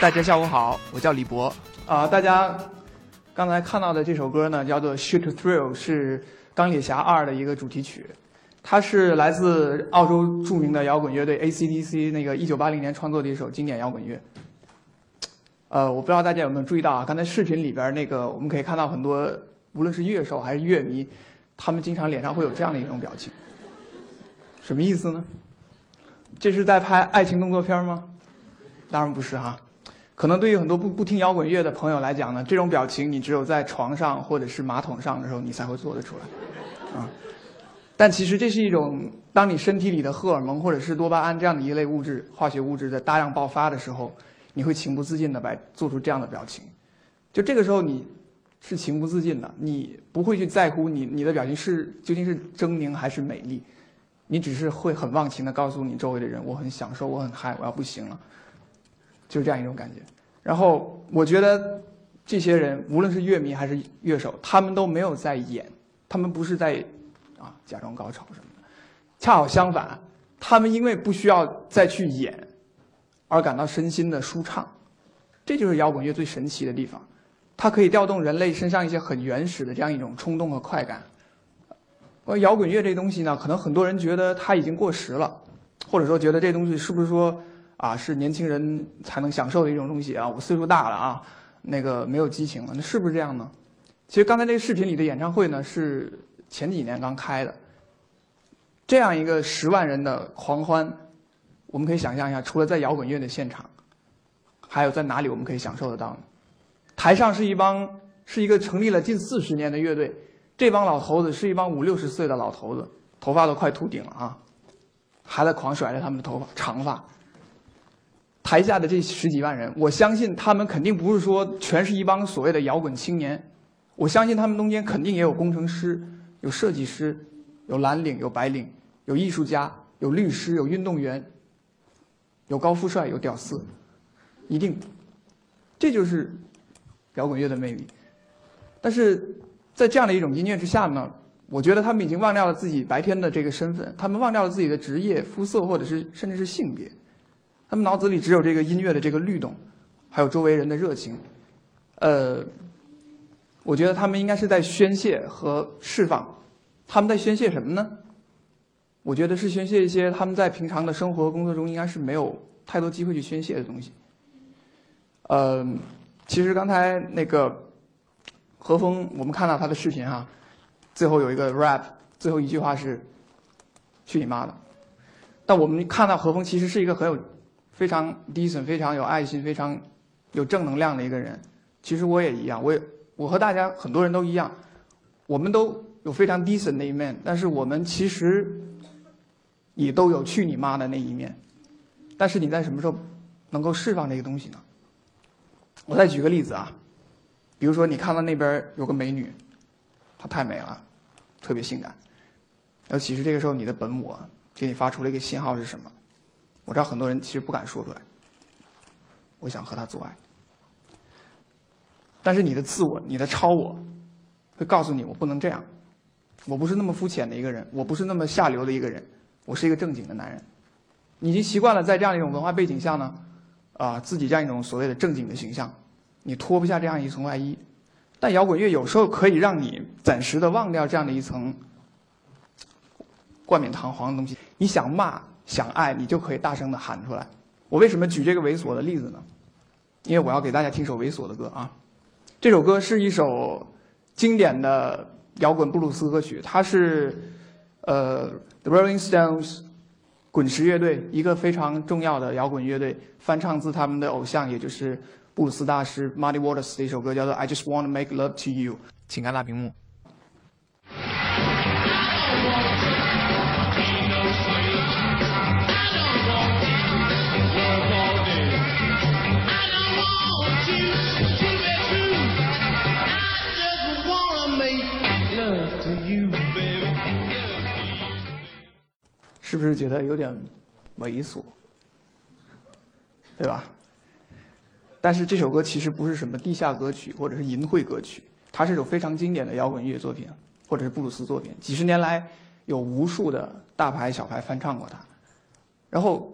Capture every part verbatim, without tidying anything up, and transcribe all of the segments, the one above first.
大家下午好，我叫李博。啊、呃，大家刚才看到的这首歌呢，叫做《Shoot to Thrill》，是《钢铁侠二》的一个主题曲。它是来自澳洲著名的摇滚乐队 A C D C 那个一九八零年创作的一首经典摇滚乐。呃，我不知道大家有没有注意到啊，刚才视频里边那个我们可以看到很多，无论是乐手还是乐迷，他们经常脸上会有这样的一种表情。什么意思呢？这是在拍爱情动作片吗？当然不是哈。可能对于很多不不听摇滚乐的朋友来讲呢，这种表情你只有在床上或者是马桶上的时候你才会做得出来，啊。但其实这是一种，当你身体里的荷尔蒙或者是多巴胺这样的一类物质、化学物质在大量爆发的时候，你会情不自禁的来做出这样的表情。就这个时候你是情不自禁的，你不会去在乎你你的表情是究竟是狰狞还是美丽，你只是会很忘情的告诉你周围的人，我很享受，我很嗨，我要不行了，就是这样一种感觉。然后我觉得这些人无论是乐迷还是乐手，他们都没有在演，他们不是在啊假装高潮什么的，恰好相反，他们因为不需要再去演而感到身心的舒畅。这就是摇滚乐最神奇的地方，它可以调动人类身上一些很原始的这样一种冲动和快感。而摇滚乐这东西呢，可能很多人觉得它已经过时了，或者说觉得这东西是不是说啊是年轻人才能享受的一种东西啊，我岁数大了啊，那个没有激情了，那是不是这样呢？其实刚才这个视频里的演唱会呢是前几年刚开的，这样一个十万人的狂欢，我们可以想象一下，除了在摇滚乐的现场，还有在哪里我们可以享受得到呢？台上是一帮是一个成立了近四十年的乐队，这帮老头子是一帮五六十岁的老头子，头发都快秃顶了啊，还在狂甩着他们的头发长发。台下的这十几万人，我相信他们肯定不是说全是一帮所谓的摇滚青年，我相信他们中间肯定也有工程师，有设计师，有蓝领，有白领，有艺术家，有律师，有运动员，有高富帅，有屌丝，一定，这就是摇滚乐的魅力。但是在这样的一种音乐之下呢，我觉得他们已经忘掉了自己白天的这个身份，他们忘掉了自己的职业、肤色，或者是甚至是性别，他们脑子里只有这个音乐的这个律动，还有周围人的热情。呃，我觉得他们应该是在宣泄和释放。他们在宣泄什么呢？我觉得是宣泄一些他们在平常的生活工作中应该是没有太多机会去宣泄的东西。呃，其实刚才那个何峰，我们看到他的视频哈，最后有一个 rap， 最后一句话是“去你妈的”。但我们看到何峰其实是一个很有、非常 decent、非常有爱心、非常有正能量的一个人。其实我也一样，我也我和大家很多人都一样，我们都有非常 decent 的一面，但是我们其实也都有去你妈的那一面。但是你在什么时候能够释放这个东西呢？我再举个例子啊，比如说你看到那边有个美女，她太美了，特别性感，尤其是这个时候你的本我给你发出了一个信号是什么？我知道很多人其实不敢说出来，我想和她做爱。但是你的自我，你的超我会告诉你，我不能这样，我不是那么肤浅的一个人，我不是那么下流的一个人，我是一个正经的男人。你已经习惯了在这样一种文化背景下呢，啊、呃，自己这样一种所谓的正经的形象，你脱不下这样一层外衣。但摇滚乐有时候可以让你暂时的忘掉这样的一层冠冕堂皇的东西，你想骂想爱，你就可以大声的喊出来。我为什么举这个猥琐的例子呢？因为我要给大家听首猥琐的歌啊。这首歌是一首经典的摇滚布鲁斯歌曲，它是呃 The Rolling Stones 滚石乐队一个非常重要的摇滚乐队翻唱自他们的偶像，也就是布鲁斯大师 Muddy Waters 的一首歌，叫做 I Just Wanna Make Love to You。 请看大屏幕。是不是觉得有点猥琐，对吧？但是这首歌其实不是什么地下歌曲或者是淫秽歌曲，它是一首非常经典的摇滚乐作品，或者是布鲁斯作品。几十年来，有无数的大牌小牌翻唱过它。然后，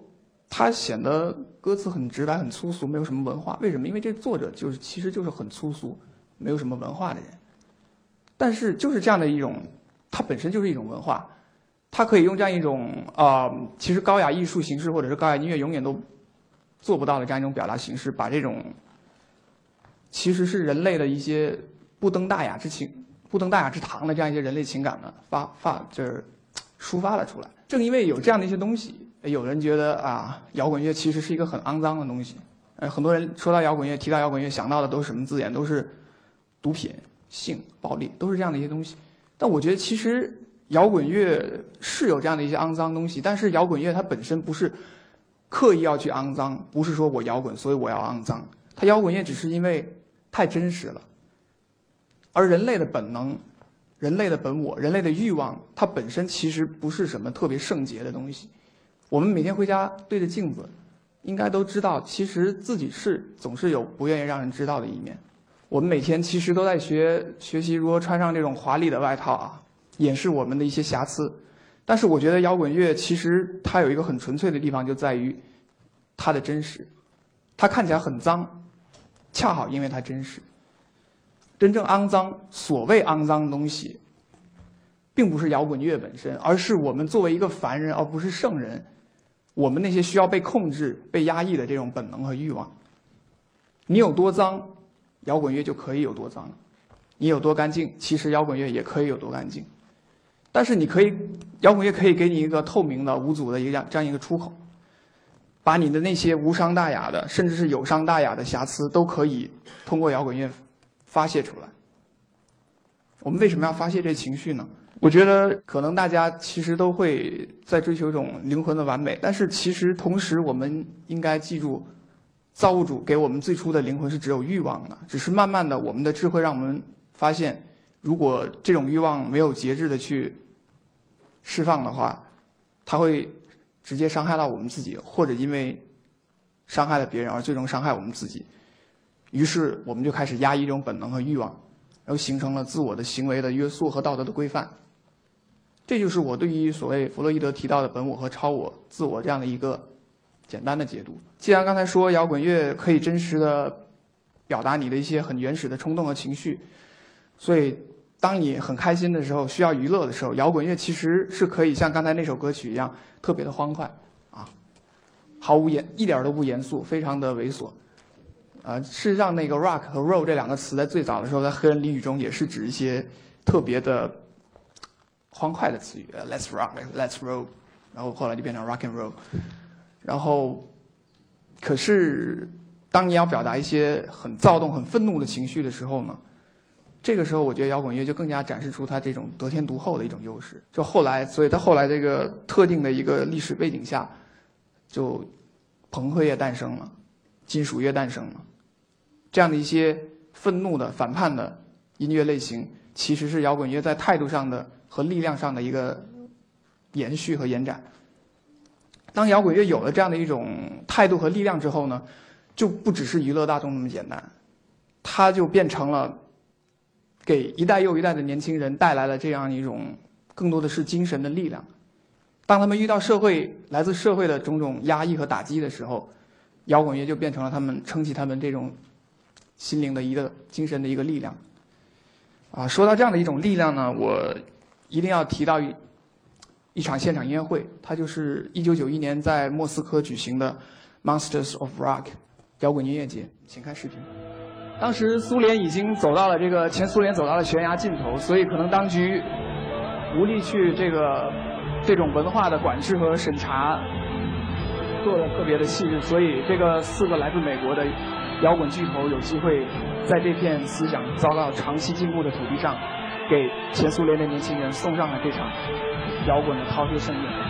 他显得歌词很直白、很粗俗，没有什么文化。为什么？因为这作者就是其实就是很粗俗、没有什么文化的人。但是就是这样的一种，它本身就是一种文化，它可以用这样一种啊、呃，其实高雅艺术形式或者是高雅音乐永远都做不到的这样一种表达形式，把这种其实是人类的一些不登大雅之情、不登大雅之堂的这样一些人类情感呢，发发就是抒发了出来。正因为有这样的一些东西，有人觉得啊，摇滚乐其实是一个很肮脏的东西。呃，很多人说到摇滚乐，提到摇滚乐，想到的都是什么字眼？都是毒品、性、暴力，都是这样的一些东西。但我觉得其实摇滚乐是有这样的一些肮脏东西，但是摇滚乐它本身不是刻意要去肮脏，不是说我摇滚所以我要肮脏，它摇滚乐只是因为太真实了。而人类的本能、人类的本我、人类的欲望，它本身其实不是什么特别圣洁的东西。我们每天回家对着镜子，应该都知道，其实自己是总是有不愿意让人知道的一面。我们每天其实都在学学习如何穿上这种华丽的外套啊，掩饰我们的一些瑕疵。但是我觉得摇滚乐其实它有一个很纯粹的地方，就在于它的真实。它看起来很脏，恰好因为它真实。真正肮脏，所谓肮脏的东西，并不是摇滚乐本身，而是我们作为一个凡人，而不是圣人，我们那些需要被控制、被压抑的这种本能和欲望。你有多脏，摇滚乐就可以有多脏；你有多干净，其实摇滚乐也可以有多干净。但是你可以，摇滚乐可以给你一个透明的、无阻的一个这样一个出口，把你的那些无伤大雅的，甚至是有伤大雅的瑕疵，都可以通过摇滚乐发泄出来。我们为什么要发泄这情绪呢？我觉得可能大家其实都会在追求一种灵魂的完美，但是其实同时我们应该记住，造物主给我们最初的灵魂是只有欲望的，只是慢慢的我们的智慧让我们发现，如果这种欲望没有节制的去释放的话，它会直接伤害到我们自己，或者因为伤害了别人而最终伤害我们自己。于是我们就开始压抑这种本能和欲望，然后形成了自我的行为的约束和道德的规范。这就是我对于所谓弗洛伊德提到的本我和超我、自我这样的一个简单的解读。既然刚才说摇滚乐可以真实的表达你的一些很原始的冲动和情绪，所以当你很开心的时候，需要娱乐的时候，摇滚乐其实是可以像刚才那首歌曲一样特别的欢快啊，毫无严一点都不严肃，非常的猥琐。呃，事实上那个 rock 和 roll 这两个词在最早的时候在黑人俚语中也是指一些特别的欢快的词语 ，let's rock，let's roll， 然后后来就变成 rock and roll。然后，可是当你要表达一些很躁动、很愤怒的情绪的时候呢，这个时候我觉得摇滚乐就更加展示出它这种得天独厚的一种优势。就后来，所以它后来这个特定的一个历史背景下，就朋克乐诞生了，金属乐诞生了，这样的一些愤怒的、反叛的音乐类型，其实是摇滚乐在态度上的和力量上的一个延续和延展。当摇滚乐有了这样的一种态度和力量之后呢，就不只是娱乐大众那么简单，它就变成了给一代又一代的年轻人带来了这样一种更多的是精神的力量。当他们遇到社会来自社会的种种压抑和打击的时候，摇滚乐就变成了他们撑起他们这种心灵的一个精神的一个力量。啊，说到这样的一种力量呢，我一定要提到一一场现场音乐会，它就是一九九一年在莫斯科举行的 Monsters of Rock 摇滚音乐节。请看视频。当时苏联已经走到了这个前苏联走到了悬崖尽头，所以可能当局无力去这个这种文化的管制和审查做得特别的细致，所以这个四个来自美国的摇滚巨头有机会在这片思想遭到长期禁锢的土地上，给前苏联的年轻人送上了这场摇滚的饕餮盛宴。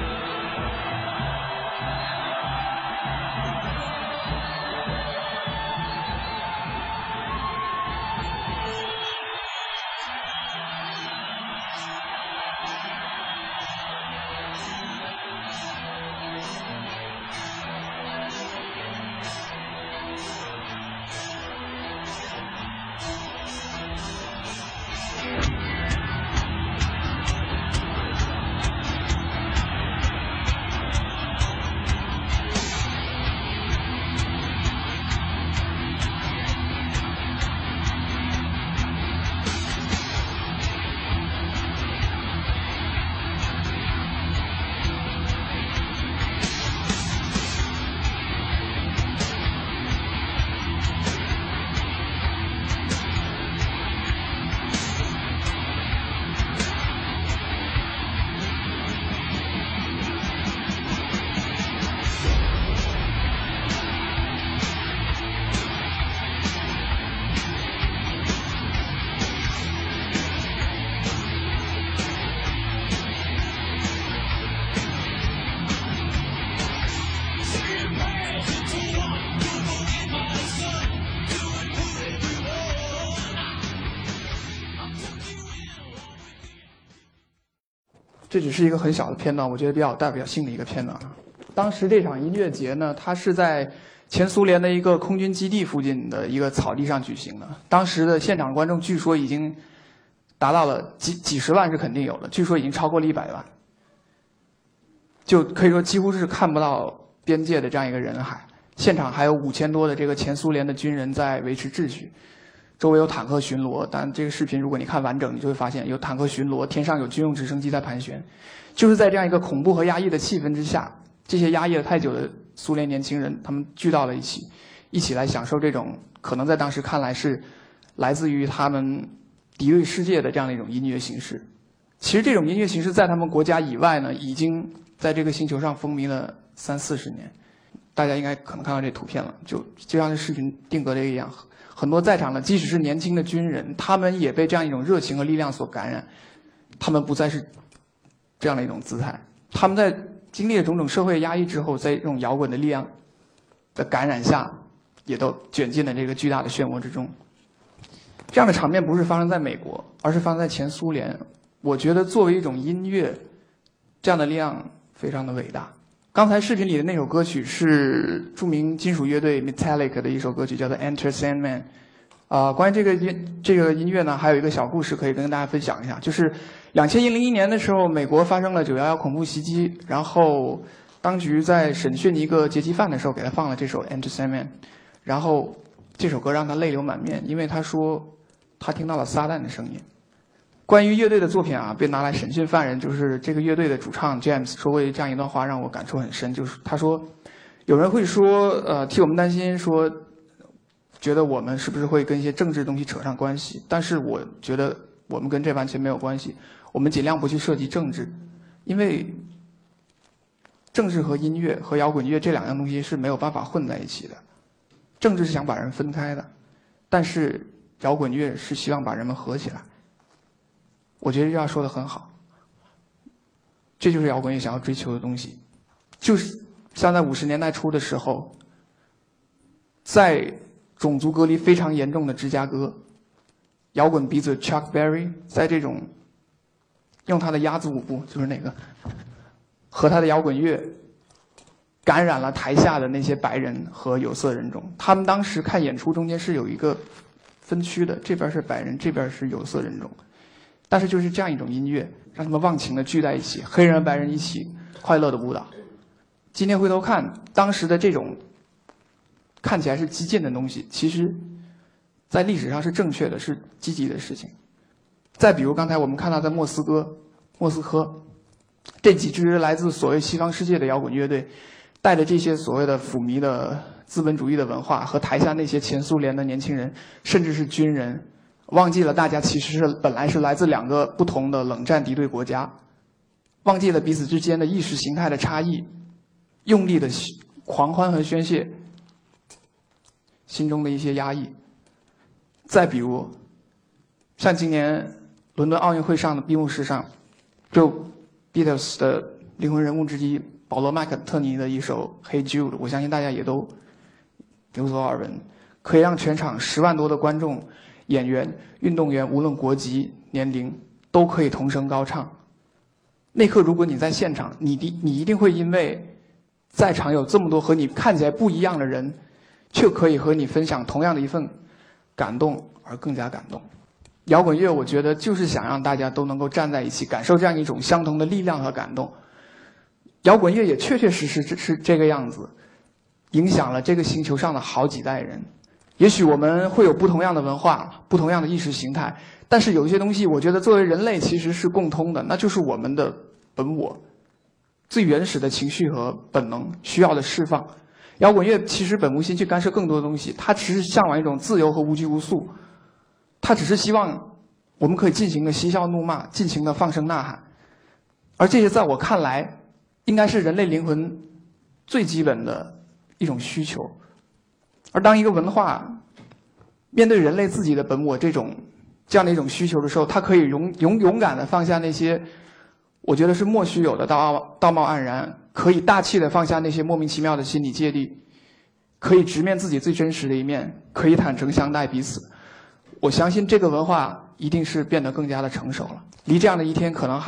这只是一个很小的片段，我觉得比较有代表性的一个片段。当时这场音乐节呢，它是在前苏联的一个空军基地附近的一个草地上举行的。当时的现场观众据说已经达到了几几十万是肯定有的，据说已经超过了一百万，就可以说几乎是看不到边界的这样一个人海。现场还有五千多的这个前苏联的军人在维持秩序，周围有坦克巡逻。但这个视频如果你看完整，你就会发现有坦克巡逻，天上有军用直升机在盘旋。就是在这样一个恐怖和压抑的气氛之下，这些压抑了太久的苏联年轻人，他们聚到了一起，一起来享受这种可能在当时看来是来自于他们敌对世界的这样的一种音乐形式。其实这种音乐形式在他们国家以外呢，已经在这个星球上风靡了三四十年。大家应该可能看到这图片了，就就像这视频定格的一样，很多在场的即使是年轻的军人，他们也被这样一种热情和力量所感染，他们不再是这样的一种姿态，他们在经历了种种社会压抑之后，在这种摇滚的力量的感染下，也都卷进了这个巨大的漩涡之中。这样的场面不是发生在美国，而是发生在前苏联。我觉得作为一种音乐，这样的力量非常的伟大。刚才视频里的那首歌曲是著名金属乐队 Metallica 的一首歌曲，叫做 Enter Sandman。啊、呃，关于这个音这个音乐呢，还有一个小故事可以跟大家分享一下，就是两千零一年的时候，美国发生了九一一恐怖袭击，然后当局在审讯一个劫机犯的时候，给他放了这首 Enter Sandman， 然后这首歌让他泪流满面，因为他说他听到了撒旦的声音。关于乐队的作品啊，被拿来审讯犯人，就是这个乐队的主唱 James 说过这样一段话，让我感触很深。就是他说，有人会说，呃，替我们担心，说觉得我们是不是会跟一些政治东西扯上关系？但是我觉得我们跟这完全没有关系。我们尽量不去涉及政治，因为政治和音乐和摇滚乐这两样东西是没有办法混在一起的。政治是想把人分开的，但是摇滚乐是希望把人们合起来。我觉得这样说的很好，这就是摇滚乐想要追求的东西，就是像在五十年代初的时候，在种族隔离非常严重的芝加哥，摇滚鼻子 Chuck Berry 在这种用他的鸭子舞步，就是那个和他的摇滚乐感染了台下的那些白人和有色人种。他们当时看演出中间是有一个分区的，这边是白人，这边是有色人种。但是就是这样一种音乐，让他们忘情的聚在一起，黑人和白人一起快乐的舞蹈。今天回头看，当时的这种看起来是激进的东西，其实在历史上是正确的，是积极的事情。再比如刚才我们看到在莫斯科、莫斯科这几支来自所谓西方世界的摇滚乐队，带着这些所谓的腐靡的资本主义的文化，和台下那些前苏联的年轻人，甚至是军人，忘记了大家其实是本来是来自两个不同的冷战敌对国家，忘记了彼此之间的意识形态的差异，用力的狂欢和宣泄心中的一些压抑。再比如像今年伦敦奥运会上的闭幕式上，就 Beatles 的灵魂人物之一保罗麦肯特尼的一首 Hey Jude， 我相信大家也都有所耳闻，可以让全场十万多的观众、演员、运动员，无论国籍、年龄，都可以同声高唱。那刻如果你在现场，你的你一定会因为在场有这么多和你看起来不一样的人，却可以和你分享同样的一份感动而更加感动。摇滚乐我觉得就是想让大家都能够站在一起，感受这样一种相同的力量和感动。摇滚乐也确确实实是这个样子，影响了这个星球上的好几代人。也许我们会有不同样的文化，不同样的意识形态，但是有一些东西我觉得作为人类其实是共通的，那就是我们的本我最原始的情绪和本能需要的释放。摇滚乐其实本无心去干涉更多的东西，它只是向往一种自由和无拘无束，它只是希望我们可以尽情的嬉笑怒骂，尽情的放声呐喊。而这些在我看来应该是人类灵魂最基本的一种需求。而当一个文化面对人类自己的本我这种这样的一种需求的时候，它可以勇勇勇敢的放下那些我觉得是莫须有的道道貌岸然，可以大气的放下那些莫名其妙的心理芥蒂，可以直面自己最真实的一面，可以坦诚相待彼此。我相信这个文化一定是变得更加的成熟了，离这样的一天可能还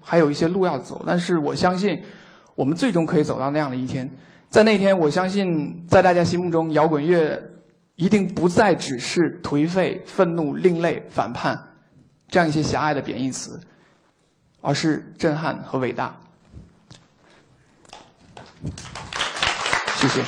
还有一些路要走。但是我相信，我们最终可以走到那样的一天。在那天，我相信在大家心目中，摇滚乐一定不再只是颓废、愤怒、另类、反叛这样一些狭隘的贬义词，而是震撼和伟大。谢谢。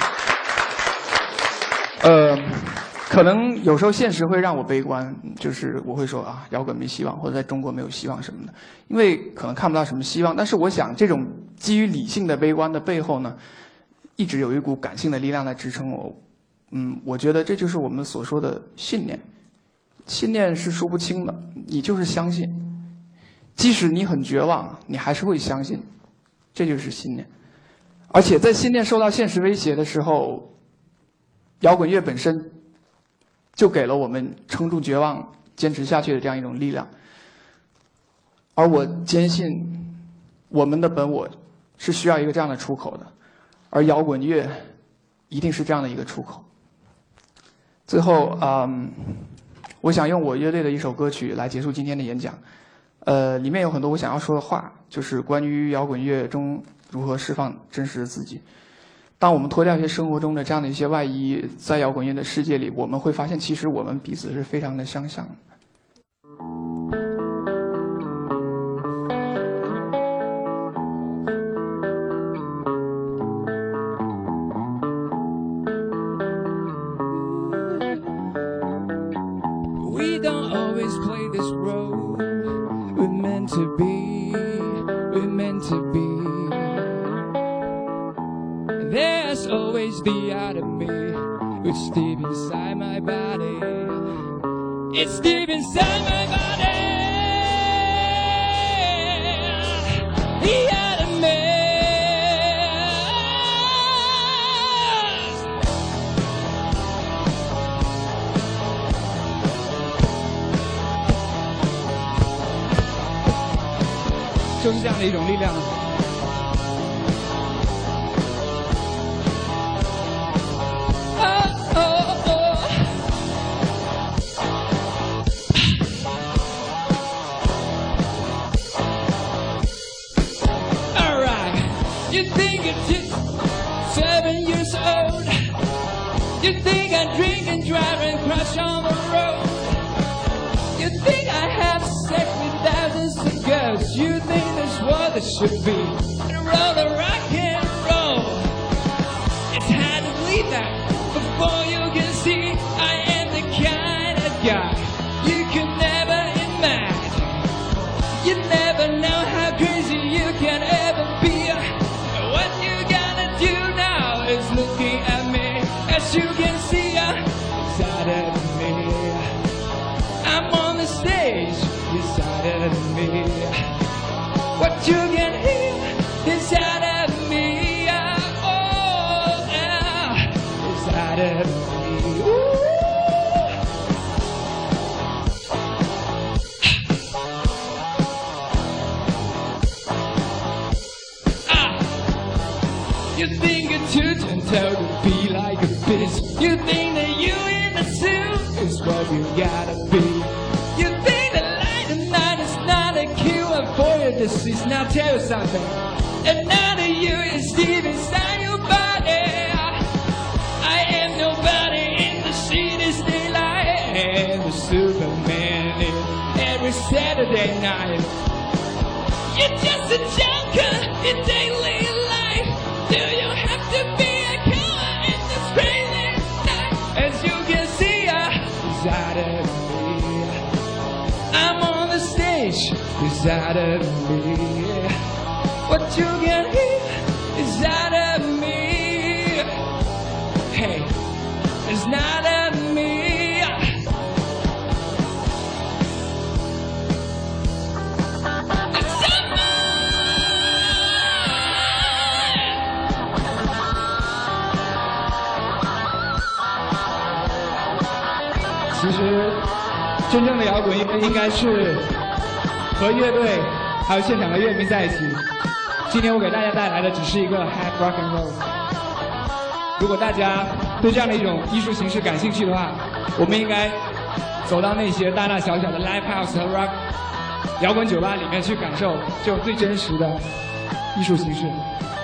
呃，可能有时候现实会让我悲观，就是我会说啊，摇滚没希望，或者在中国没有希望什么的，因为可能看不到什么希望。但是我想，这种基于理性的悲观的背后呢，一直有一股感性的力量在支撑我。嗯，我觉得这就是我们所说的信念。信念是说不清的，你就是相信，即使你很绝望，你还是会相信，这就是信念。而且在信念受到现实威胁的时候，摇滚乐本身就给了我们撑住绝望、坚持下去的这样一种力量。而我坚信，我们的本我是需要一个这样的出口的，而摇滚乐一定是这样的一个出口。最后，嗯，我想用我乐队的一首歌曲来结束今天的演讲。呃，里面有很多我想要说的话，就是关于摇滚乐中如何释放真实的自己。当我们脱掉一些生活中的这样的一些外衣，在摇滚乐的世界里，我们会发现，其实我们彼此是非常的相像的。 We don't always play this role. We're meant to be, we're meant to be. There's always the out of me, it's deep inside my body. It's deep inside my body. The out of me. 就是这样的一种力量。You think it's just seven years old. You think I drink and drive and crash on the road. You think I have sex with thousands of girls. You think that's what it should be. And roll the rock and roll. It's hard to believe that before you can see I am the kind of guy you can never imagine. You never know how crazy you can ever be. What you gotta do now is looking at me. As you can see, I'm inside of me. I'm on the stage inside of me. What you can hear inside of me. Oh, yeah, inside of me. Ooh. You think it's too gentle to be like a bitch. You think that you in the suit is what you gotta be. You think the light of night is not a cure for your disease. Now tell you something. And none of you is deep inside your body. I am nobody in the city's daylight. I am the Superman in every Saturday night. You're just a junker in daily life. Do you have to be a killer in this crazy night? As you can see, I'm inside of me. I'm on the stage inside of me. What you can hear inside of me. Hey, it's not of me. It's 其实，真正的摇滚乐应该是和乐队还有现场的乐迷在一起。今天我给大家带来的只是一个 hard rock and roll。如果大家对这样的一种艺术形式感兴趣的话，我们应该走到那些大大小小的 live house 和 rock 摇滚酒吧里面去感受这种最真实的艺术形式。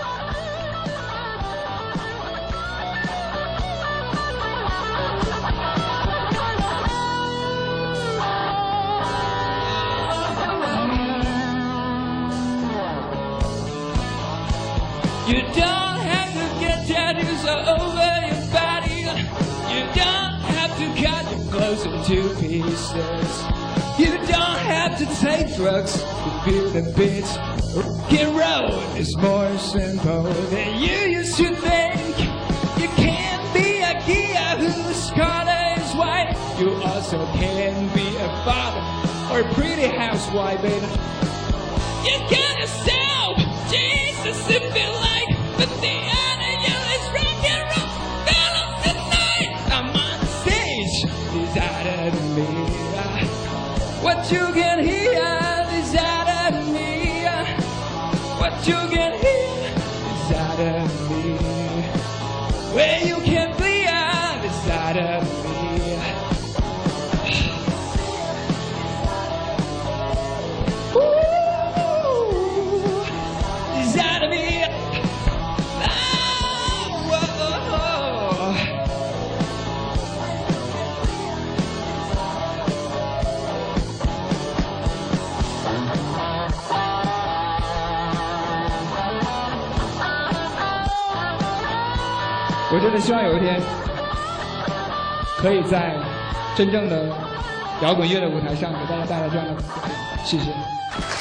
You don't have to get tattoos all over your body. You don't have to cut your clothes into pieces. You don't have to take drugs to feel the beat. Rock and roll is more simple than you used to think. You can be a gear whose color is white. You also can be a father or a pretty housewife, baby. You got yourself Jesus if you like, but the other you is rock and roll. Feel up tonight. I'm on stage. It's out of me. What you can hear is out of me. What you can hear is out of me. Where you can be out is out of me. Ooh, it's out of me. Oh, oh, oh. 我真的希望有一天，可以在真正的摇滚乐的舞台上给大家带来这样的感觉。谢谢。